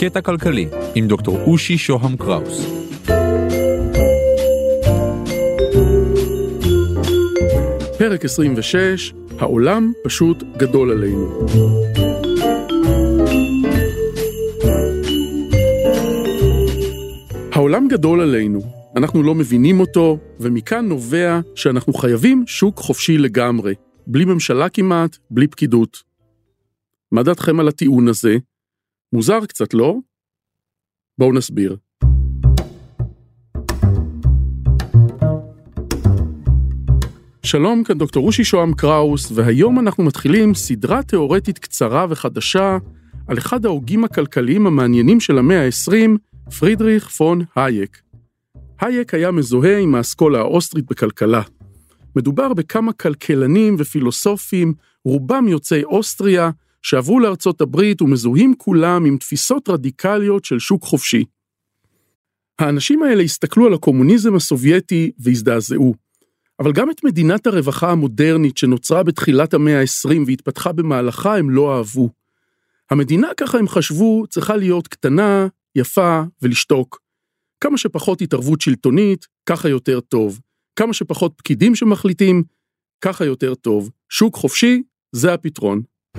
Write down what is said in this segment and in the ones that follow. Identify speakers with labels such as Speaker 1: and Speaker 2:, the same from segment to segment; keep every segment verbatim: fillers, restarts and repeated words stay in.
Speaker 1: קטע כלכלי עם דוקטור אושי שוהם קראוס.
Speaker 2: פרק עשרים ושש, העולם פשוט גדול עלינו. העולם גדול עלינו, אנחנו לא מבינים אותו, ומכאן נובע שאנחנו חייבים שוק חופשי לגמרי, בלי ממשלה כמעט, בלי פקידות. מה דעתכם על הטיעון הזה? מוזר קצת, לא? בואו נסביר. שלום, כאן דוקטור אושי שוהם קראוס, והיום אנחנו מתחילים סדרה תיאורטית קצרה וחדשה על אחד ההוגים הכלכליים המעניינים של המאה ה-עשרים, פרידריך פון הייק. הייק היה מזוהה עם האסכולה האוסטרית בכלכלה. מדובר בכמה כלכלנים ופילוסופים, רובם יוצאי אוסטריה, שעברו לארצות הברית ומזוהים כולם עם תפיסות רדיקליות של שוק חופשי. האנשים האלה הסתכלו על הקומוניזם הסובייטי והזדעזעו, אבל גם את מדינת הרווחה המודרנית שנוצרה בתחילת המאה ה-עשרים והתפתחה במהלכה הם לא אהבו. המדינה, ככה הם חשבו, צריכה להיות קטנה, יפה ולשתוק. כמה שפחות התערבות שלטונית, ככה יותר טוב. כמה שפחות פקידים שמחליטים, ככה יותר טוב. שוק חופשי, זה הפתרון.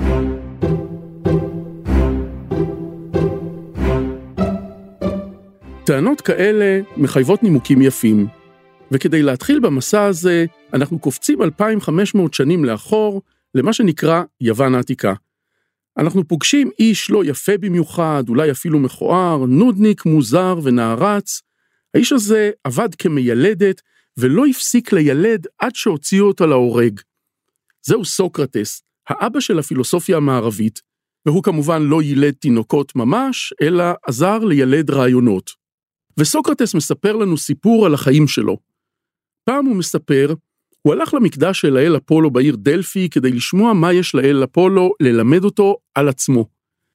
Speaker 2: טענות כאלה מחייבות נימוקים יפים, וכדי להתחיל במסע הזה, אנחנו קופצים אלפיים וחמש מאות שנים לאחור, למה שנקרא יוון העתיקה. אנחנו פוגשים איש לא יפה במיוחד, אולי אפילו מכוער, נודניק, מוזר ונערץ. האיש הזה עבד כמיילדת, ולא הפסיק לילד עד שהוציאו אותו להורג. זהו סוקרטס, האבא של הפילוסופיה המערבית, והוא כמובן לא ילד תינוקות ממש, אלא עזר לילד רעיונות. וסוקרטס מספר לנו סיפור על החיים שלו. פעם הוא מספר, הוא הלך למקדש של האל אפולו בעיר דלפי, כדי לשמוע מה יש לאל אפולו ללמד אותו על עצמו.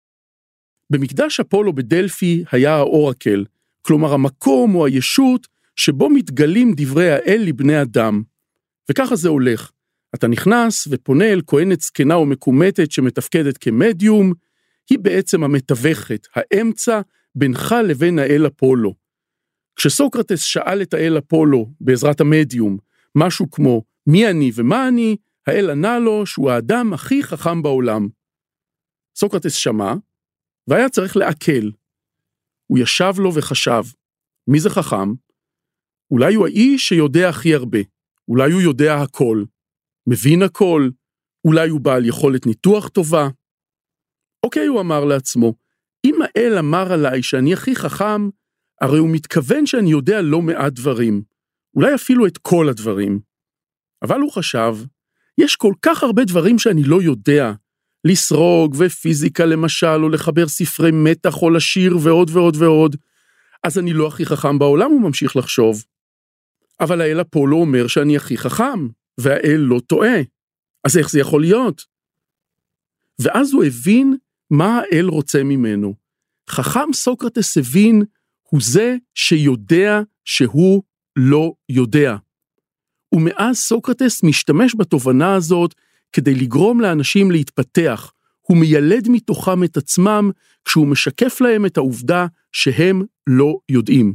Speaker 2: במקדש אפולו בדלפי היה האורקל, כלומר המקום או הישות, שבו מתגלים דברי האל לבני אדם. וככה זה הולך. אתה נכנס ופונה אל כהנת זקנה או מקומטת שמתפקדת כמדיום, היא בעצם המתווכת, האמצע בינך לבין האל אפולו. כשסוקרטס שאל את האל אפולו בעזרת המדיום, משהו כמו מי אני ומה אני, האל ענה לו שהוא האדם הכי חכם בעולם. סוקרטס שמע, והיה צריך לעכל. הוא ישב לו וחשב, מי זה חכם? אולי הוא האיש שיודע הכי הרבה, אולי הוא יודע הכל, מבין הכל, אולי הוא בעל יכולת ניתוח טובה. אוקיי, הוא אמר לעצמו, אם האל אמר עליי שאני הכי חכם, הרי הוא מתכוון שאני יודע לא מעט דברים, אולי אפילו את כל הדברים. אבל הוא חשב, יש כל כך הרבה דברים שאני לא יודע, לסרוג ופיזיקה למשל, או לחבר ספרי מתח או לשיר ועוד ועוד ועוד, אז אני לא הכי חכם בעולם, הוא ממשיך לחשוב. אבל האל אפולו אומר שאני הכי חכם, והאל לא טועה. אז איך זה יכול להיות? ואז הוא הבין מה האל רוצה ממנו. חכם סוקרטס הבין, הוא זה שיודע שהוא לא יודע. ומאז סוקרטס משתמש בתובנה הזאת כדי לגרום לאנשים להתפתח. הוא מיילד מתוכם את עצמם כשהוא משקף להם את העובדה שהם לא יודעים.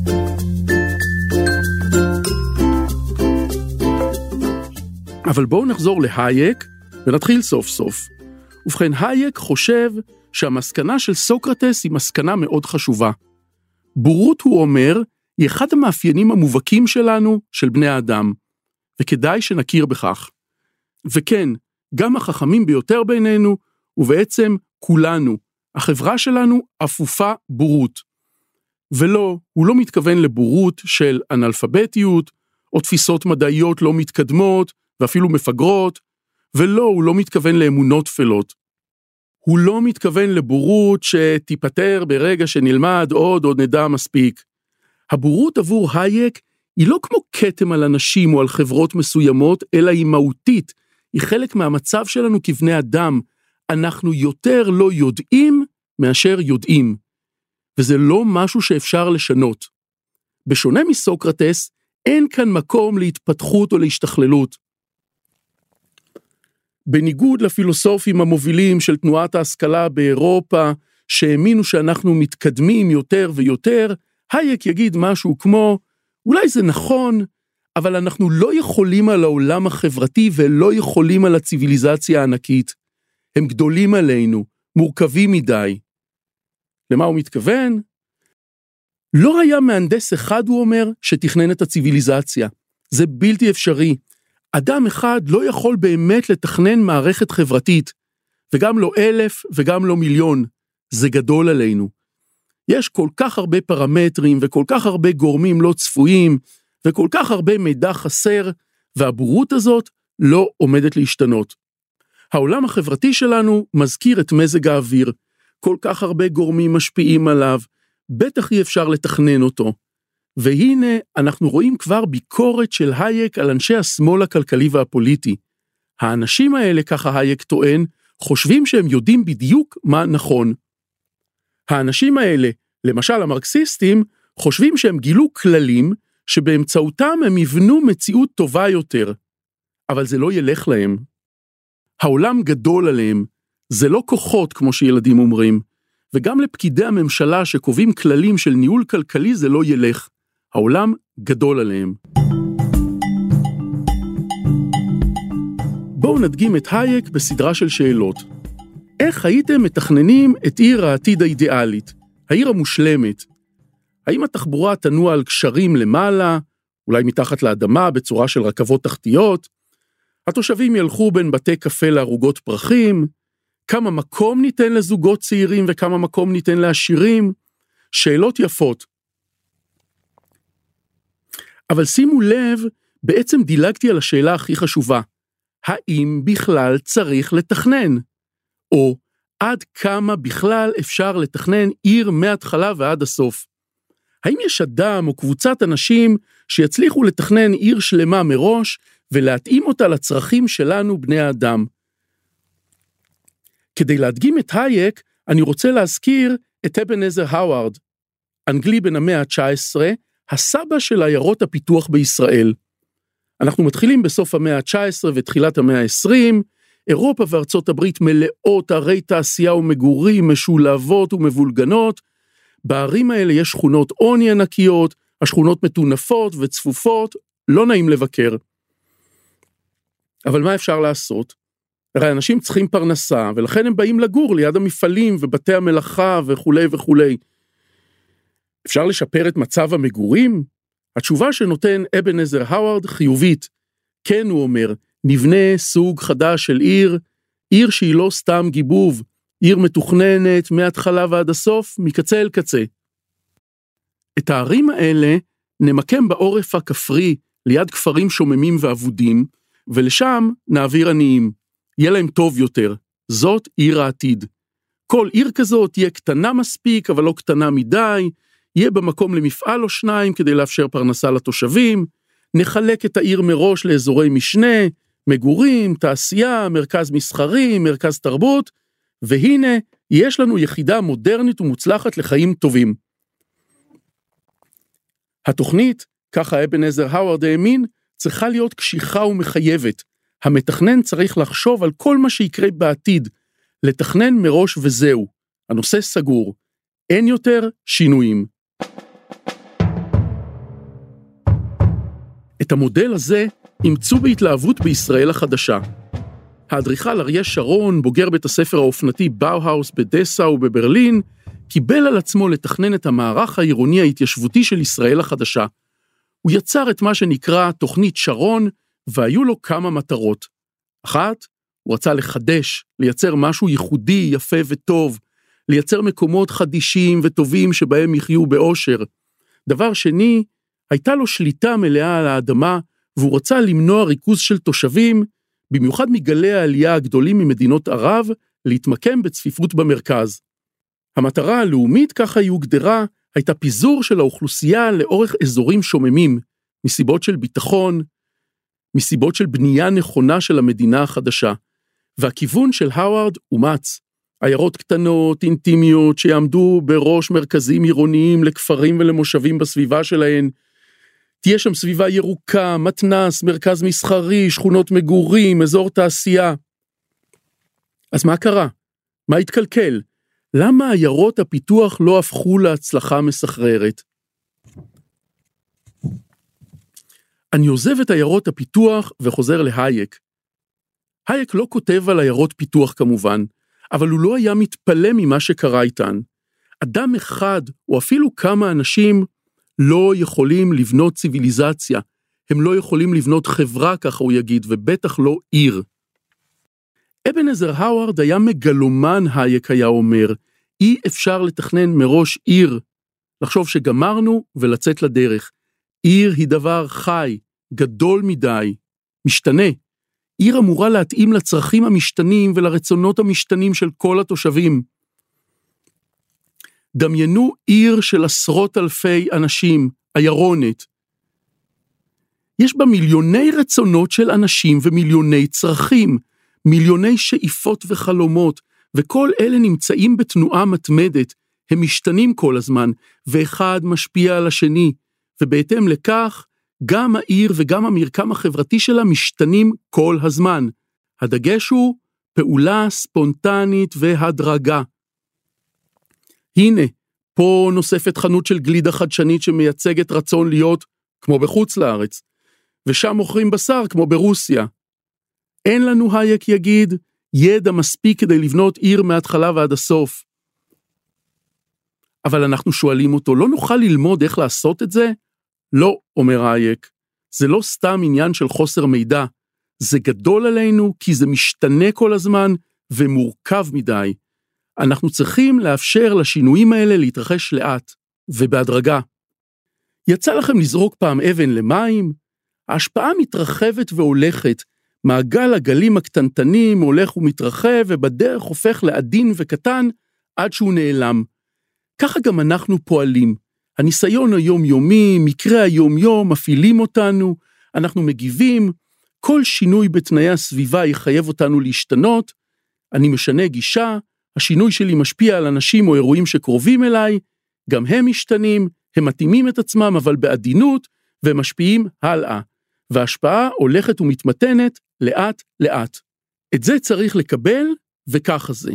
Speaker 2: אבל בואו נחזור להייק ונתחיל סוף סוף. ובכן, הייק חושב שהמסקנה של סוקרטס היא מסקנה מאוד חשובה. בורות, הוא אומר, היא אחד המאפיינים המובהקים שלנו, של בני האדם, וכדאי שנכיר בכך. וכן, גם החכמים ביותר בינינו, ובעצם כולנו, החברה שלנו אפופה בורות. ולא, הוא לא מתכוון לבורות של אנאלפביתיות, או תפיסות מדעיות לא מתקדמות, ואפילו מפגרות, ולא, הוא לא מתכוון לאמונות תפלות. הוא לא מתכוון לבורות שתיפטר ברגע שנלמד עוד או נדע מספיק. הבורות עבור הייק היא לא כמו כתם על אנשים או על חברות מסוימות, אלא היא מהותית, היא חלק מהמצב שלנו כבני אדם. אנחנו יותר לא יודעים מאשר יודעים, וזה לא משהו שאפשר לשנות. בשונה מסוקרטס, אין כאן מקום להתפתחות או להשתכללות. בניגוד לפילוסופים המובילים של תנועת ההשכלה באירופה, שהאמינו שאנחנו מתקדמים יותר ויותר, הייק יגיד משהו כמו, אולי זה נכון, אבל אנחנו לא יכולים על העולם החברתי ולא יכולים על הציביליזציה הענקית. הם גדולים עלינו, מורכבים מדי. למה הוא מתכוון? לא היה מהנדס אחד, הוא אומר, שתכנן את הציביליזציה. זה בלתי אפשרי. אדם אחד לא יכול באמת לתכנן מערכת חברתית, וגם לא אלף וגם לא מיליון. זה גדול עלינו. יש כל כך הרבה פרמטרים וכל כך הרבה גורמים לא צפויים, וכל כך הרבה מידע חסר, והבורות הזאת לא עומדת להשתנות. העולם החברתי שלנו מזכיר את מזג האוויר, כל כך הרבה גורמים משפיעים עליו, בטח אי אפשר לתכנן אותו. והנה אנחנו רואים כבר ביקורת של הייק על אנשי השמאל הכלכלי והפוליטי. האנשים האלה, ככה הייק טוען, חושבים שהם יודעים בדיוק מה נכון. האנשים האלה, למשל המרקסיסטים, חושבים שהם גילו כללים שבאמצעותם הם יבנו מציאות טובה יותר. אבל זה לא ילך להם. העולם גדול עליהם, זה לא כוחות כמו שילדים אומרים, וגם לפקידי הממשלה שקובעים כללים של ניהול כלכלי זה לא ילך. העולם גדול עליהם. בואו נדגים את הייק בסדרה של שאלות. איך הייתם מתכננים את עיר העתיד האידיאלית, העיר המושלמת? האם התחבורה תנוע על קשרים למעלה, אולי מתחת לאדמה בצורה של רכבות תחתיות? התושבים ילכו בין בתי קפה לערוגות פרחים? כמה מקום ניתן לזוגות צעירים וכמה מקום ניתן לעשירים? שאלות יפות. אבל שימו לב, בעצם דילגתי על השאלה הכי חשובה. האם בכלל צריך לתכנן? או עד כמה בכלל אפשר לתכנן עיר מההתחלה ועד הסוף? האם יש אדם או קבוצת אנשים שיצליחו לתכנן עיר שלמה מראש ולהתאים אותה לצרכים שלנו בני האדם? כדי להדגים את הייק, אני רוצה להזכיר את אבן-עזר האווארד, אנגלי בן המאה ה-תשע עשרה, הסבא של עיירות הפיתוח בישראל. אנחנו מתחילים בסוף המאה ה-תשע עשרה ותחילת המאה ה-עשרים, אירופה וארצות הברית מלאות ערי תעשייה ומגורים משולבות ומבולגנות, בערים האלה יש שכונות עוני ענקיות, השכונות מטונפות וצפופות, לא נעים לבקר. אבל מה אפשר לעשות? הרי אנשים צריכים פרנסה, ולכן הם באים לגור ליד המפעלים ובתי המלאכה וכו' וכו'. אפשר לשפר את מצב המגורים? התשובה שנותן אבן-עזר האווארד חיובית. כן, הוא אומר, נבנה סוג חדש של עיר, עיר שהיא לא סתם גיבוב, עיר מתוכננת מההתחלה ועד הסוף, מקצה אל קצה. את הערים האלה נמקם בעורף הכפרי, ליד כפרים שוממים ועבודים, ולשם נעביר עניים. יהיה להם טוב יותר. זאת עיר העתיד. כל עיר כזאת תהיה קטנה מספיק, אבל לא קטנה מדי, יהיה במקום למפעל או שניים כדי לאפשר פרנסה לתושבים, נחלק את העיר מראש לאזורי משנה, מגורים, תעשייה, מרכז מסחרי, מרכז תרבות, והנה יש לנו יחידה מודרנית ומוצלחת לחיים טובים. התוכנית, ככה אבן-עזר האווארד האמין, צריכה להיות קשיחה ומחייבת. המתכנן צריך לחשוב על כל מה שיקרה בעתיד, לתכנן מראש וזהו. הנושא סגור. אין יותר שינויים. את המודל הזה אימצו בהתלהבות בישראל החדשה. האדריכל אריה שרון, בוגר בית הספר האופנתי באוהאוס בדסאו ובברלין, קיבל על עצמו לתכנן את המערך העירוני ההתיישבותי של ישראל החדשה. הוא יצר את מה שנקרא תוכנית שרון, והיו לו כמה מטרות. אחת, הוא רצה לחדש, לייצר משהו ייחודי, יפה וטוב, לייצר מקומות חדישים וטובים שבהם יחיו באושר. דבר שני, הייתה לו שליטה מלאה על האדמה, והוא רצה למנוע ריכוז של תושבים, במיוחד מגלי העלייה הגדולים ממדינות ערב, להתמקם בצפיפות במרכז. המטרה הלאומית, ככה היא הוגדרה, הייתה פיזור של האוכלוסייה לאורך אזורים שוממים, מסיבות של ביטחון, מסיבות של בנייה נכונה של המדינה החדשה. והכיוון של האווארד אומץ. עיירות קטנות, אינטימיות, שיעמדו בראש מרכזים עירוניים לכפרים ולמושבים בסביבה שלהן. תהיה שם סביבה ירוקה, מתנס, מרכז מסחרי, שכונות מגורים, אזור תעשייה. אז מה קרה? מה התקלקל? למה עיירות הפיתוח לא הפכו להצלחה מסחררת? אני עוזב את עיירות הפיתוח וחוזר להייק. הייק לא כותב על עיירות פיתוח כמובן, אבל הוא לא היה מתפלא ממה שקרה איתן. אדם אחד, או אפילו כמה אנשים, לא יכולים לבנות ציוויליזציה. הם לא יכולים לבנות חברה, ככה הוא יגיד, ובטח לא עיר. אבן עזר האווארד היה מגלומן, הייק היה אומר, אי אפשר לתכנן מראש עיר, לחשוב שגמרנו ולצאת לדרך. עיר היא דבר חי, גדול מדי, משתנה. עיר אמורה להתאים לצרכים המשתנים ולרצונות המשתנים של כל התושבים. דמיינו עיר של עשרות אלפי אנשים, עיירונת. יש בה מיליוני רצונות של אנשים ומיליוני צרכים, מיליוני שאיפות וחלומות, וכל אלה נמצאים בתנועה מתמדת, הם משתנים כל הזמן, ואחד משפיע על השני, ובהתאם לכך, גם העיר וגם המרקם החברתי שלה משתנים כל הזמן. הדגש הוא פעולה ספונטנית והדרגה. הנה, פה נוספת חנות של גלידה חדשנית שמייצגת רצון להיות כמו בחוץ לארץ, ושם מוכרים בשר כמו ברוסיה. אין לנו, הייק יגיד, ידע מספיק כדי לבנות עיר מההתחלה ועד הסוף. אבל אנחנו שואלים אותו, לא נוכל ללמוד איך לעשות את זה? לא, אומר הייק, זה לא סתם עניין של חוסר מידע, זה גדול עלינו כי זה משתנה כל הזמן ומורכב מדי. אנחנו צריכים לאפשר לשינויים האלה להתרחש לאט ובהדרגה. יצא לכם לזרוק פעם אבן למים? ההשפעה מתרחבת והולכת, מעגל הגלים הקטנטנים הולך ומתרחב ובדרך הופך לעדין וקטן עד שהוא נעלם. ככה גם אנחנו פועלים. הניסיון היומיומי, מקרה היום-יום, מפעילים אותנו, אנחנו מגיבים, כל שינוי בתנאי הסביבה יחייב אותנו להשתנות, אני משנה גישה, השינוי שלי משפיע על אנשים או אירועים שקרובים אליי, גם הם משתנים, הם מתאימים את עצמם אבל בעדינות, והם משפיעים הלאה, וההשפעה הולכת ומתמתנת לאט לאט. את זה צריך לקבל, וככה זה.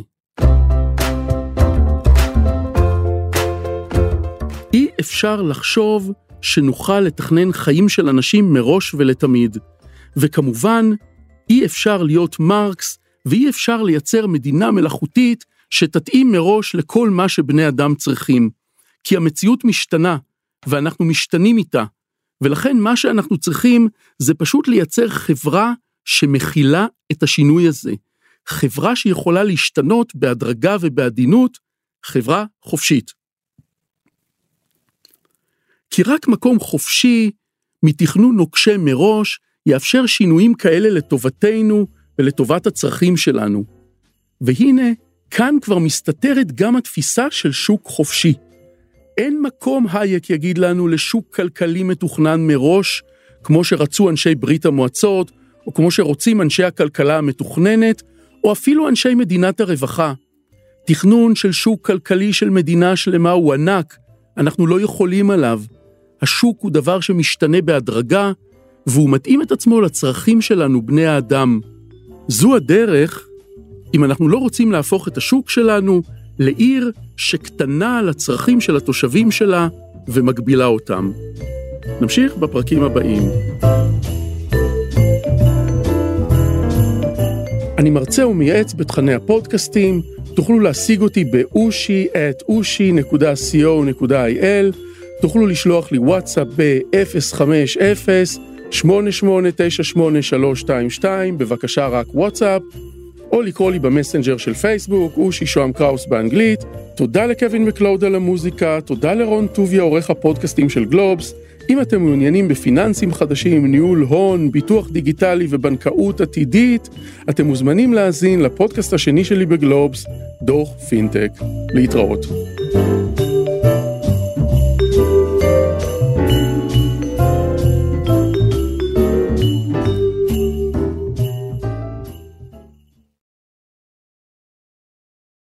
Speaker 2: אי אפשר לחשוב שנוכל לתכנן חיים של אנשים מראש ולתמיד. וכמובן, אי אפשר להיות מרקס, ואי אפשר לייצר מדינה מלאכותית שתתאים מראש לכל מה שבני אדם צריכים. כי המציאות משתנה, ואנחנו משתנים איתה. ולכן מה שאנחנו צריכים זה פשוט לייצר חברה שמכילה את השינוי הזה. חברה שיכולה להשתנות בהדרגה ובעדינות, חברה חופשית. כי רק מקום חופשי, מתכנון נוקשה מראש, יאפשר שינויים כאלה לטובתנו ולטובת הצרכים שלנו. והנה, כאן כבר מסתתרת גם התפיסה של שוק חופשי. אין מקום, הייק יגיד לנו, לשוק כלכלי מתוכנן מראש, כמו שרצו אנשי ברית המועצות, או כמו שרוצים אנשי הכלכלה המתוכננת, או אפילו אנשי מדינת הרווחה. תכנון של שוק כלכלי של מדינה שלמה הוא ענק, אנחנו לא יכולים עליו. השוק הוא דבר שמשתנה בהדרגה, והוא מתאים את עצמו לצרכים שלנו, בני האדם. זו הדרך, אם אנחנו לא רוצים להפוך את השוק שלנו לעיר שקטנה על הצרכים של התושבים שלה ומגבילה אותם. נמשיך בפרקים הבאים. אני מרצה ומייעץ בתכני הפודקאסטים, תוכלו להשיג אותי ב-אושי את אושי נקודה סי או נקודה איי אל, תוכלו לשלוח לי וואטסאפ ב-אפס חמש אפס שמונה שמונה תשע שמונה שלוש שתיים שתיים, בבקשה רק וואטסאפ, או לקרוא לי במסנג'ר של פייסבוק, אושי שוהם קראוס באנגלית. תודה לקווין מקלוד על המוזיקה, תודה לרון טוביה, עורך הפודקאסטים של גלובס. אם אתם מעוניינים בפיננסים חדשים, ניהול הון, ביטוח דיגיטלי ובנקאות עתידית, אתם מוזמנים להאזין לפודקאסט השני שלי בגלובס, דוח פינטק. להתראות.